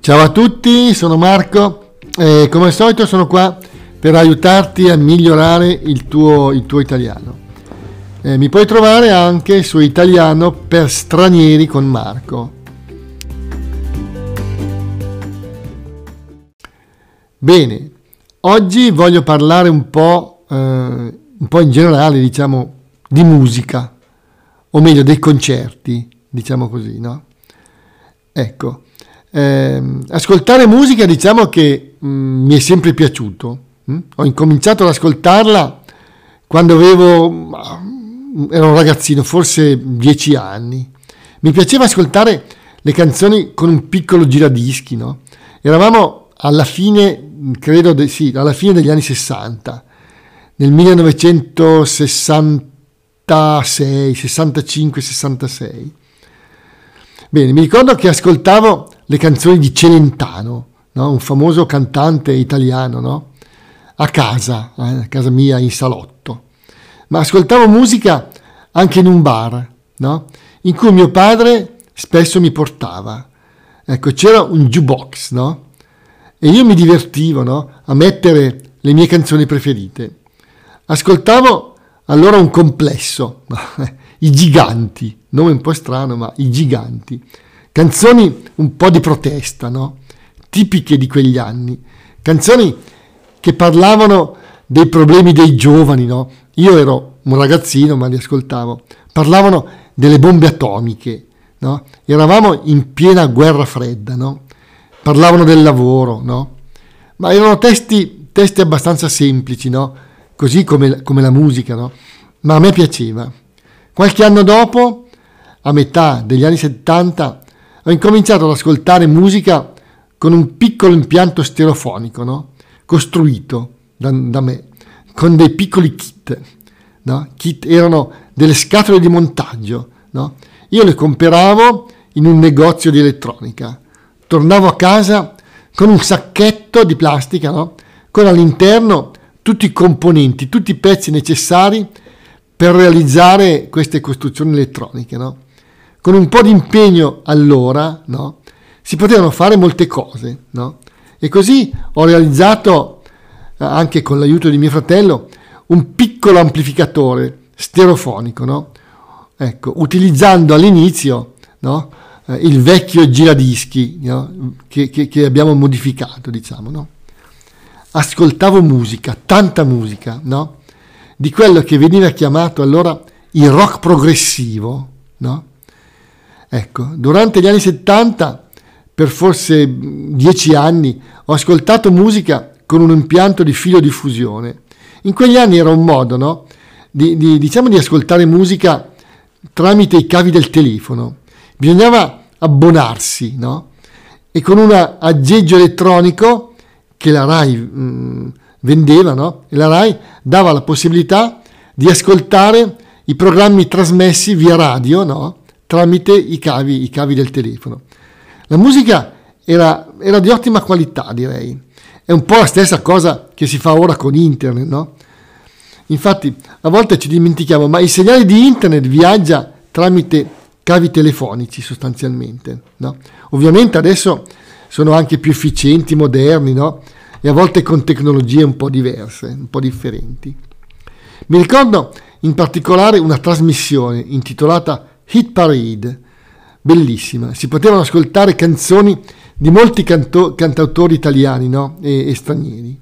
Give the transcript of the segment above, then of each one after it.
Ciao a tutti, sono Marco e come al solito sono qua per aiutarti a migliorare il tuo italiano. Mi puoi trovare anche su Italiano per Stranieri con Marco. Bene, oggi voglio parlare un po' in generale, diciamo, di musica, o meglio dei concerti, diciamo così, no? Ecco. Ascoltare musica, diciamo che mi è sempre piaciuto. Ho incominciato ad ascoltarla quando ero un ragazzino, forse 10 anni. Mi piaceva ascoltare le canzoni con un piccolo giradischi, no? Eravamo alla fine, alla fine degli anni 60, nel 1966, 65, 66. Bene, mi ricordo che ascoltavo le canzoni di Celentano, no? Un famoso cantante italiano, no? A casa mia in salotto. Ma ascoltavo musica anche in un bar, no? In cui mio padre spesso mi portava. Ecco, c'era un jukebox, no? E io mi divertivo, no? A mettere le mie canzoni preferite. Ascoltavo allora un complesso, i Giganti, nome un po' strano, ma i Giganti. Canzoni un po' di protesta, no? Tipiche di quegli anni. Canzoni che parlavano dei problemi dei giovani, no? Io ero un ragazzino, ma li ascoltavo. Parlavano delle bombe atomiche, no? Eravamo in piena guerra fredda, no? Parlavano del lavoro, no? Ma erano testi abbastanza semplici, no? Così come la musica, no? Ma a me piaceva. Qualche anno dopo, a metà degli anni 70, ho incominciato ad ascoltare musica con un piccolo impianto stereofonico, no? Costruito da me, con dei piccoli kit, no? Kit erano delle scatole di montaggio, no? Io le compravo in un negozio di elettronica. Tornavo a casa con un sacchetto di plastica, no? Con all'interno tutti i componenti, tutti i pezzi necessari per realizzare queste costruzioni elettroniche, no? Con un po' di impegno allora, no? Si potevano fare molte cose, no? E così ho realizzato, anche con l'aiuto di mio fratello, un piccolo amplificatore stereofonico, no? Ecco, utilizzando all'inizio, no? Il vecchio giradischi, no? che abbiamo modificato, diciamo, no? Ascoltavo musica, tanta musica, no? Di quello che veniva chiamato allora il rock progressivo, no? Ecco, durante gli anni 70, per forse 10 anni, ho ascoltato musica con un impianto di filodiffusione. In quegli anni era un modo, no? di ascoltare musica tramite i cavi del telefono. Bisognava abbonarsi, no? E con un aggeggio elettronico che la RAI vendeva, no? E la RAI dava la possibilità di ascoltare i programmi trasmessi via radio, no? Tramite i cavi del telefono. La musica era di ottima qualità, direi. È un po' la stessa cosa che si fa ora con internet, no? Infatti, a volte ci dimentichiamo, ma il segnale di internet viaggia tramite cavi telefonici sostanzialmente, no? Ovviamente adesso sono anche più efficienti, moderni, no? E a volte con tecnologie un po' diverse, un po' differenti. Mi ricordo in particolare una trasmissione intitolata Hit Parade, bellissima. Si potevano ascoltare canzoni di molti cantautori italiani, no? e stranieri.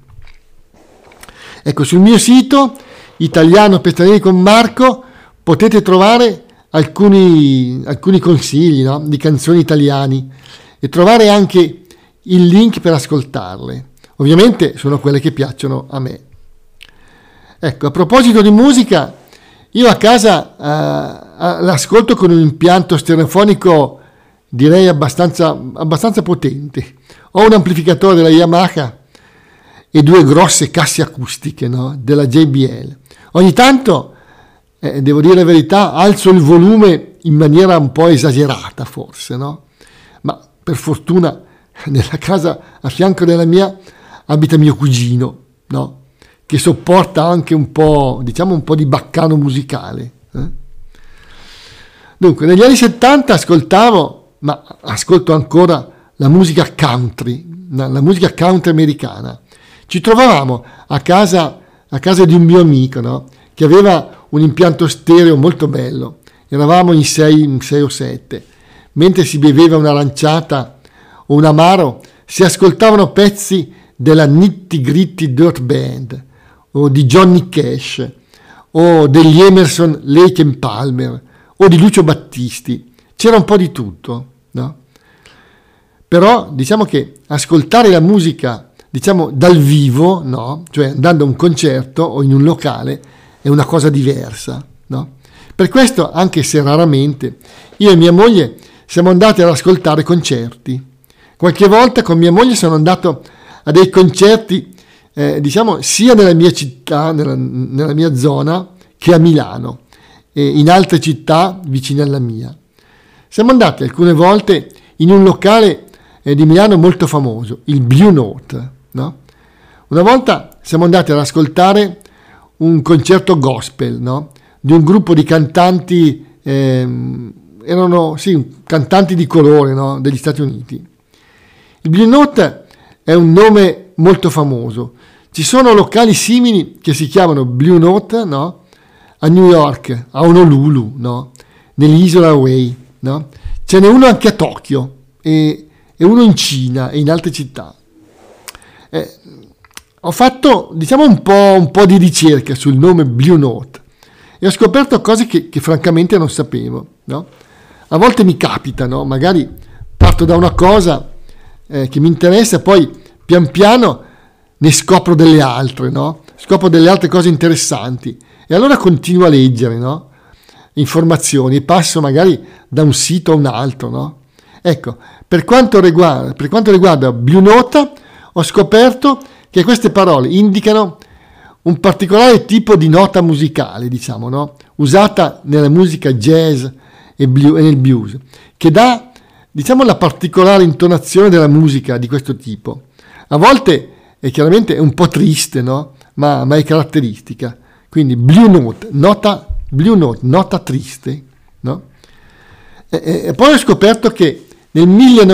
Ecco, sul mio sito Italiano per Stranieri con Marco potete trovare alcuni consigli, no? Di canzoni italiane e trovare anche il link per ascoltarle. Ovviamente sono quelle che piacciono a me. Ecco, a proposito di musica, io a casa l'ascolto con un impianto stereofonico, direi abbastanza potente. Ho un amplificatore della Yamaha e 2 grosse casse acustiche, no? Della JBL. Ogni tanto, devo dire la verità, alzo il volume in maniera un po' esagerata forse, no? Ma per fortuna nella casa a fianco della mia abita mio cugino, no? Che sopporta anche un po' di baccano musicale. Dunque, negli anni 70 ascoltavo, ma ascolto ancora la musica country, la musica country americana. Ci trovavamo a casa di un mio amico, no? Che aveva un impianto stereo molto bello. Eravamo in 6 o 7. Mentre si beveva un'aranciata o un amaro, si ascoltavano pezzi della Nitty Gritty Dirt Band o di Johnny Cash o degli Emerson, Lake and Palmer o di Lucio Battisti. C'era un po' di tutto, no? Però diciamo che ascoltare la musica, diciamo, dal vivo, no? Cioè andando a un concerto o in un locale, è una cosa diversa, no? Per questo, anche se raramente, io e mia moglie siamo andati ad ascoltare concerti. Qualche volta con mia moglie sono andato a dei concerti, diciamo, sia nella mia città, nella mia zona, che a Milano, e in altre città vicine alla mia. Siamo andati alcune volte in un locale di Milano molto famoso, il Blue Note, no? Una volta siamo andati ad ascoltare un concerto gospel, no? Di un gruppo di cantanti, erano cantanti di colore, no? Degli Stati Uniti. Il Blue Note è un nome molto famoso. Ci sono locali simili che si chiamano Blue Note, no? A New York, a Honolulu, no? Nell'isola Hawaii, no? Ce n'è uno anche a Tokyo e uno in Cina e in altre città. Ho fatto, diciamo, un po' di ricerca sul nome Blue Note e ho scoperto cose che francamente non sapevo, no? A volte mi capita, no? Magari parto da una cosa che mi interessa, poi pian piano ne scopro delle altre, no? Scopro delle altre cose interessanti e allora continuo a leggere, no? Informazioni, passo magari da un sito a un altro, no? Ecco, per quanto riguarda Blue Note, ho scoperto che queste parole indicano un particolare tipo di nota musicale, diciamo, no? Usata nella musica jazz e nel blues, che dà, diciamo, la particolare intonazione della musica di questo tipo. A volte è chiaramente un po' triste, no? Ma è caratteristica. Quindi Blue Note, nota triste, no? E poi ho scoperto che nel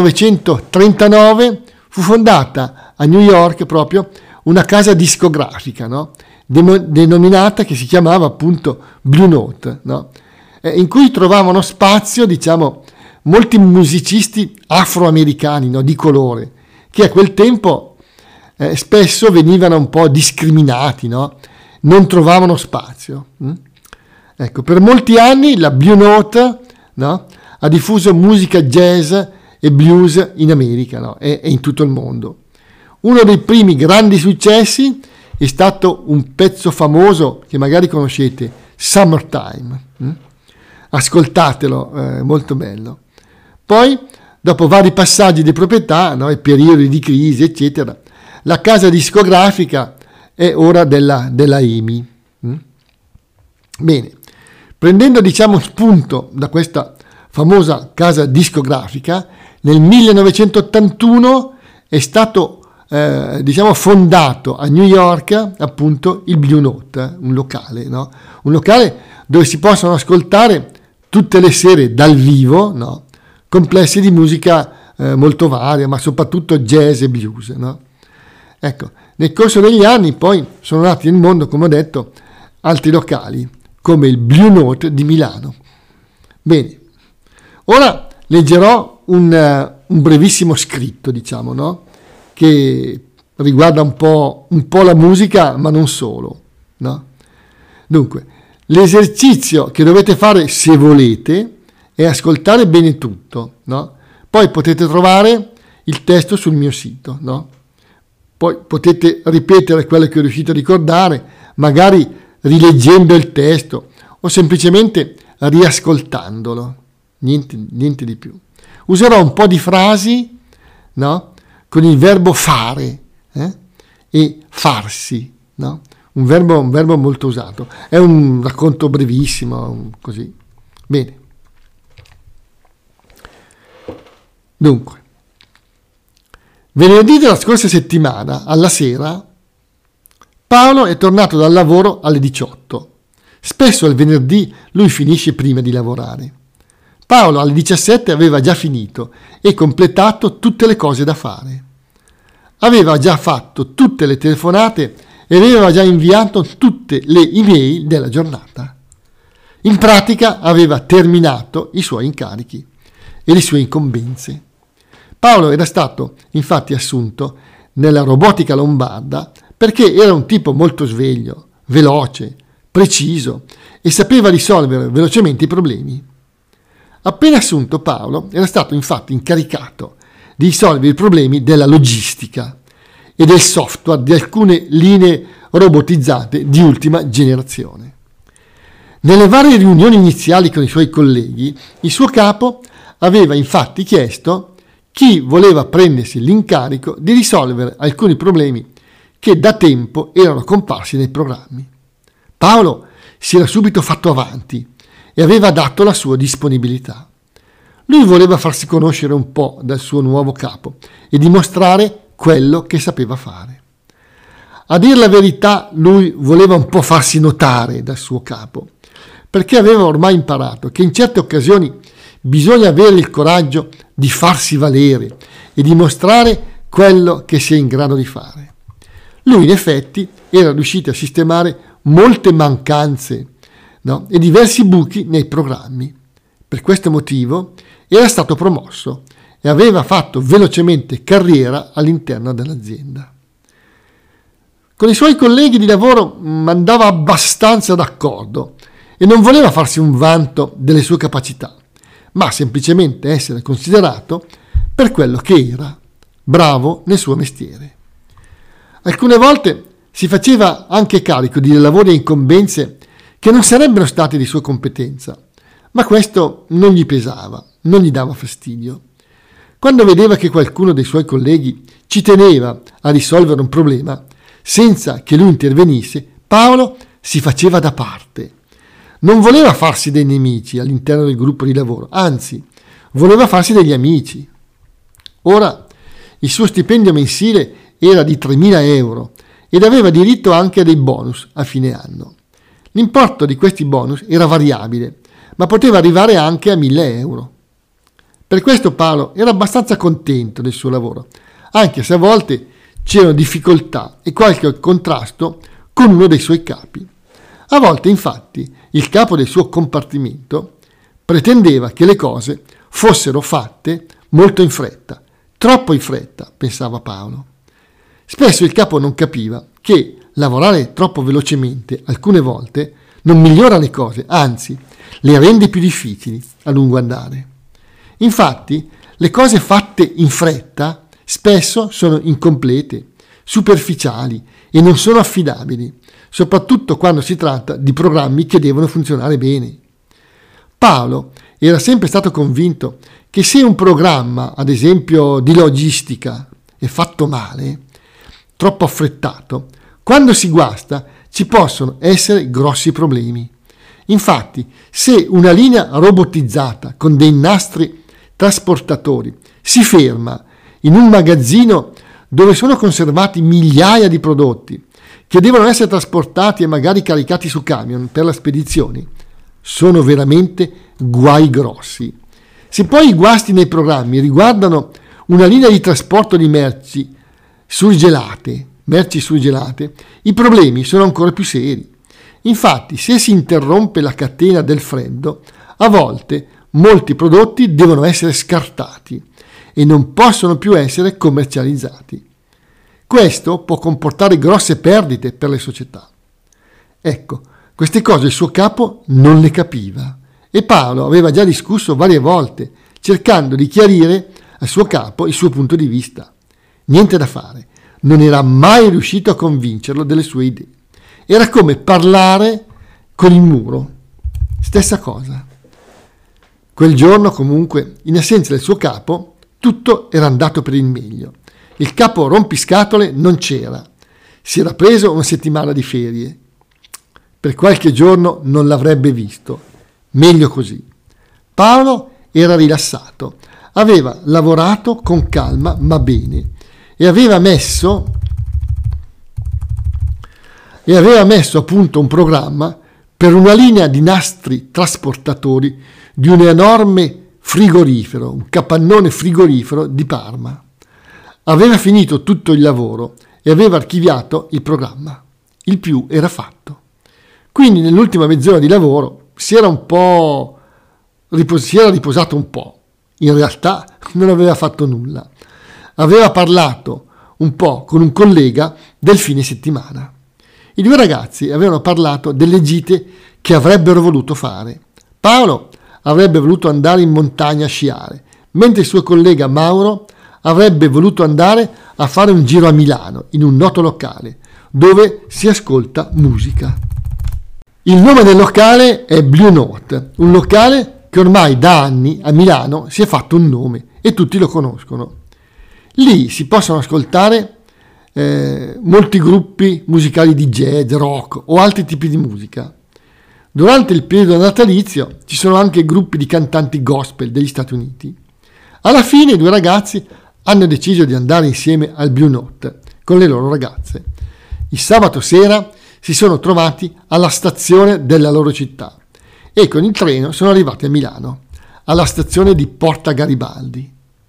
1939 fu fondata a New York proprio una casa discografica, no? Denominata, che si chiamava appunto Blue Note, no? In cui trovavano spazio, diciamo, molti musicisti afroamericani, no? Di colore, che a quel tempo spesso venivano un po' discriminati, no? Non trovavano spazio. Ecco, per molti anni la Blue Note, no? Ha diffuso musica jazz e blues in America, no? e in tutto il mondo. Uno dei primi grandi successi è stato un pezzo famoso che magari conoscete, Summertime. Ascoltatelo, molto bello. Poi, dopo vari passaggi di proprietà, no? E periodi di crisi, eccetera, la casa discografica è ora della EMI. Bene, prendendo, diciamo, spunto da questa famosa casa discografica, nel 1981 è stato diciamo fondato a New York appunto il Blue Note, un locale, no? Un locale dove si possono ascoltare tutte le sere dal vivo, no? Complessi di musica molto varia, ma soprattutto jazz e blues, no? Ecco, nel corso degli anni poi sono nati nel mondo, come ho detto, altri locali come il Blue Note di Milano. Bene, ora leggerò un brevissimo scritto, diciamo, no? Che riguarda un po' la musica, ma non solo, no? Dunque, l'esercizio che dovete fare, se volete, è ascoltare bene tutto, no? Poi potete trovare il testo sul mio sito, no? Poi potete ripetere quello che riuscite a ricordare, magari rileggendo il testo o semplicemente riascoltandolo, niente di più. Userò un po' di frasi, no? Con il verbo fare e farsi, no? Un verbo molto usato. È un racconto brevissimo, così. Bene. Dunque, venerdì della scorsa settimana, alla sera, Paolo è tornato dal lavoro alle 18. Spesso il venerdì lui finisce prima di lavorare. Paolo alle 17 aveva già finito e completato tutte le cose da fare. Aveva già fatto tutte le telefonate e aveva già inviato tutte le email della giornata. In pratica aveva terminato i suoi incarichi e le sue incombenze. Paolo era stato infatti assunto nella robotica lombarda perché era un tipo molto sveglio, veloce, preciso e sapeva risolvere velocemente i problemi. Appena assunto, Paolo era stato infatti incaricato di risolvere i problemi della logistica e del software di alcune linee robotizzate di ultima generazione. Nelle varie riunioni iniziali con i suoi colleghi, il suo capo aveva infatti chiesto chi voleva prendersi l'incarico di risolvere alcuni problemi che da tempo erano comparsi nei programmi. Paolo si era subito fatto avanti e aveva dato la sua disponibilità. Lui voleva farsi conoscere un po' dal suo nuovo capo e dimostrare quello che sapeva fare. A dir la verità, lui voleva un po' farsi notare dal suo capo, perché aveva ormai imparato che in certe occasioni bisogna avere il coraggio di farsi valere e dimostrare quello che si è in grado di fare. Lui in effetti era riuscito a sistemare molte mancanze, e diversi buchi nei programmi. Per questo motivo era stato promosso e aveva fatto velocemente carriera all'interno dell'azienda. Con i suoi colleghi di lavoro andava abbastanza d'accordo e non voleva farsi un vanto delle sue capacità, ma semplicemente essere considerato per quello che era, bravo nel suo mestiere. Alcune volte si faceva anche carico di lavori e incombenze che non sarebbero stati di sua competenza, ma questo non gli pesava, non gli dava fastidio. Quando vedeva che qualcuno dei suoi colleghi ci teneva a risolvere un problema senza che lui intervenisse, Paolo si faceva da parte. Non voleva farsi dei nemici all'interno del gruppo di lavoro, anzi, voleva farsi degli amici. Ora, il suo stipendio mensile era di 3.000 euro ed aveva diritto anche a dei bonus a fine anno. L'importo di questi bonus era variabile, ma poteva arrivare anche a 1.000 euro. Per questo Paolo era abbastanza contento del suo lavoro, anche se a volte c'erano difficoltà e qualche contrasto con uno dei suoi capi. A volte, infatti, il capo del suo compartimento pretendeva che le cose fossero fatte molto in fretta, troppo in fretta, pensava Paolo. Spesso il capo non capiva che lavorare troppo velocemente alcune volte non migliora le cose, anzi, le rende più difficili a lungo andare. Infatti, le cose fatte in fretta spesso sono incomplete, superficiali e non sono affidabili, soprattutto quando si tratta di programmi che devono funzionare bene. Paolo era sempre stato convinto che se un programma, ad esempio di logistica, è fatto male, troppo affrettato, quando si guasta ci possono essere grossi problemi. Infatti, se una linea robotizzata con dei nastri trasportatori si ferma in un magazzino dove sono conservati migliaia di prodotti che devono essere trasportati e magari caricati su camion per le spedizioni, sono veramente guai grossi. Se poi i guasti nei programmi riguardano una linea di trasporto di merci surgelate, i problemi sono ancora più seri. Infatti, se si interrompe la catena del freddo, a volte molti prodotti devono essere scartati e non possono più essere commercializzati. Questo può comportare grosse perdite per le società. Ecco, queste cose il suo capo non le capiva e Paolo aveva già discusso varie volte, cercando di chiarire al suo capo il suo punto di vista. Niente da fare, non era mai riuscito a convincerlo delle sue idee. Era come parlare con il muro. Stessa cosa. Quel giorno, comunque, in assenza del suo capo, tutto era andato per il meglio. Il capo rompiscatole non c'era. Si era preso una settimana di ferie. Per qualche giorno non l'avrebbe visto. Meglio così. Paolo era rilassato. Aveva lavorato con calma, ma bene. E aveva messo a punto un programma per una linea di nastri trasportatori di un'enorme frigorifero, un capannone frigorifero di Parma. Aveva finito tutto il lavoro e aveva archiviato il programma. Il più era fatto. Quindi nell'ultima mezz'ora di lavoro si era riposato un po'. In realtà non aveva fatto nulla. Aveva parlato un po' con un collega del fine settimana. I due ragazzi avevano parlato delle gite che avrebbero voluto fare. Paolo avrebbe voluto andare in montagna a sciare, mentre il suo collega Mauro avrebbe voluto andare a fare un giro a Milano, in un noto locale, dove si ascolta musica. Il nome del locale è Blue Note, un locale che ormai da anni a Milano si è fatto un nome e tutti lo conoscono. Lì si possono ascoltare molti gruppi musicali di jazz, rock o altri tipi di musica. Durante il periodo natalizio ci sono anche gruppi di cantanti gospel degli Stati Uniti. Alla fine i due ragazzi hanno deciso di andare insieme al Blue Note con le loro ragazze. Il sabato sera si sono trovati alla stazione della loro città e con il treno sono arrivati a Milano, alla stazione di Porta Garibaldi.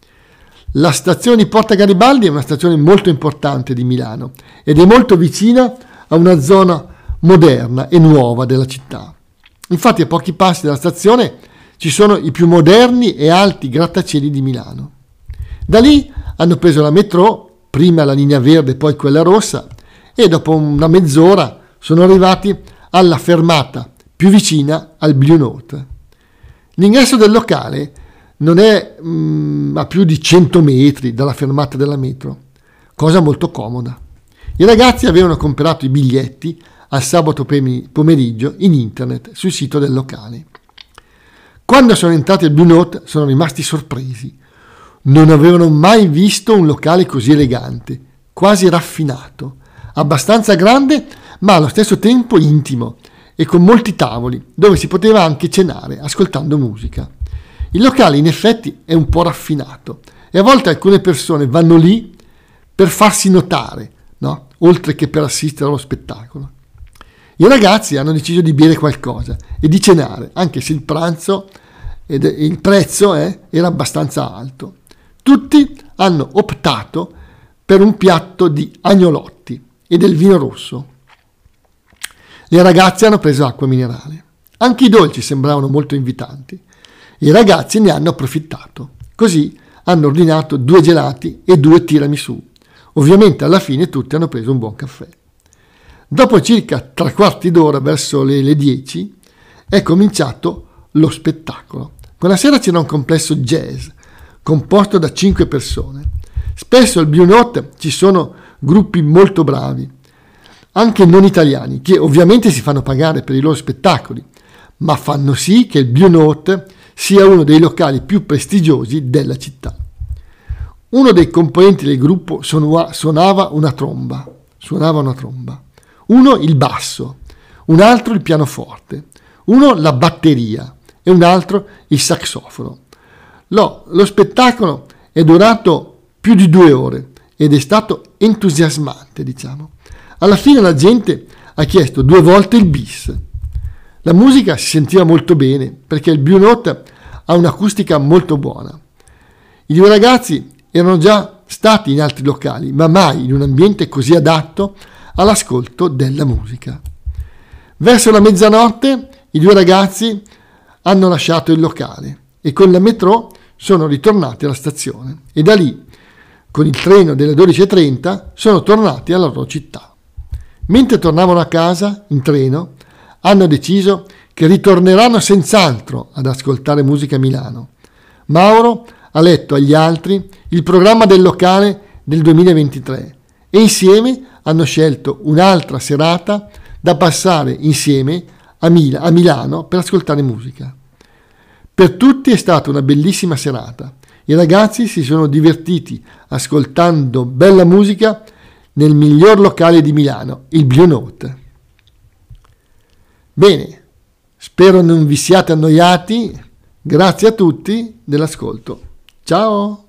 La stazione di Porta Garibaldi è una stazione molto importante di Milano ed è molto vicina a una zona moderna e nuova della città. Infatti a pochi passi dalla stazione ci sono i più moderni e alti grattacieli di Milano. Da lì hanno preso la metro, prima la linea verde e poi quella rossa, e dopo una mezz'ora sono arrivati alla fermata più vicina al Blue Note. L'ingresso del locale non è a più di 100 metri dalla fermata della metro, cosa molto comoda. I ragazzi avevano comprato i biglietti al sabato pomeriggio in internet sul sito del locale. Quando sono entrati al Blue Note sono rimasti sorpresi. Non avevano mai visto un locale così elegante, quasi raffinato, abbastanza grande ma allo stesso tempo intimo e con molti tavoli dove si poteva anche cenare ascoltando musica. Il locale in effetti è un po' raffinato e a volte alcune persone vanno lì per farsi notare, no? Oltre che per assistere allo spettacolo. I ragazzi hanno deciso di bere qualcosa e di cenare, anche se il prezzo era abbastanza alto. Tutti hanno optato per un piatto di agnolotti e del vino rosso. Le ragazze hanno preso acqua minerale. Anche i dolci sembravano molto invitanti. I ragazzi ne hanno approfittato. Così hanno ordinato 2 gelati e 2 tiramisù. Ovviamente alla fine tutti hanno preso un buon caffè. Dopo circa 3/4 d'ora, verso le 10, è cominciato lo spettacolo. Quella sera c'era un complesso jazz composto da 5 persone. Spesso al Blue Note ci sono gruppi molto bravi, anche non italiani, che ovviamente si fanno pagare per i loro spettacoli, ma fanno sì che il Blue Note sia uno dei locali più prestigiosi della città. Uno dei componenti del gruppo suonava una tromba, uno il basso, un altro il pianoforte, uno la batteria e un altro il saxofono. Lo spettacolo è durato più di 2 ore ed è stato entusiasmante, diciamo. Alla fine la gente ha chiesto 2 volte il bis. La musica si sentiva molto bene perché il Blue Note ha un'acustica molto buona. I 2 ragazzi erano già stati in altri locali, ma mai in un ambiente così adatto all'ascolto della musica. Verso la mezzanotte i 2 ragazzi hanno lasciato il locale e con la metro sono ritornati alla stazione e da lì, con il treno delle 12:30, sono tornati alla loro città. Mentre tornavano a casa in treno, hanno deciso che ritorneranno senz'altro ad ascoltare musica a Milano. Mauro ha letto agli altri il programma del locale del 2023 e insieme hanno scelto un'altra serata da passare insieme a Milano per ascoltare musica. Per tutti è stata una bellissima serata. I ragazzi si sono divertiti ascoltando bella musica nel miglior locale di Milano, il Blue Note. Bene, spero non vi siate annoiati. Grazie a tutti dell'ascolto. Ciao!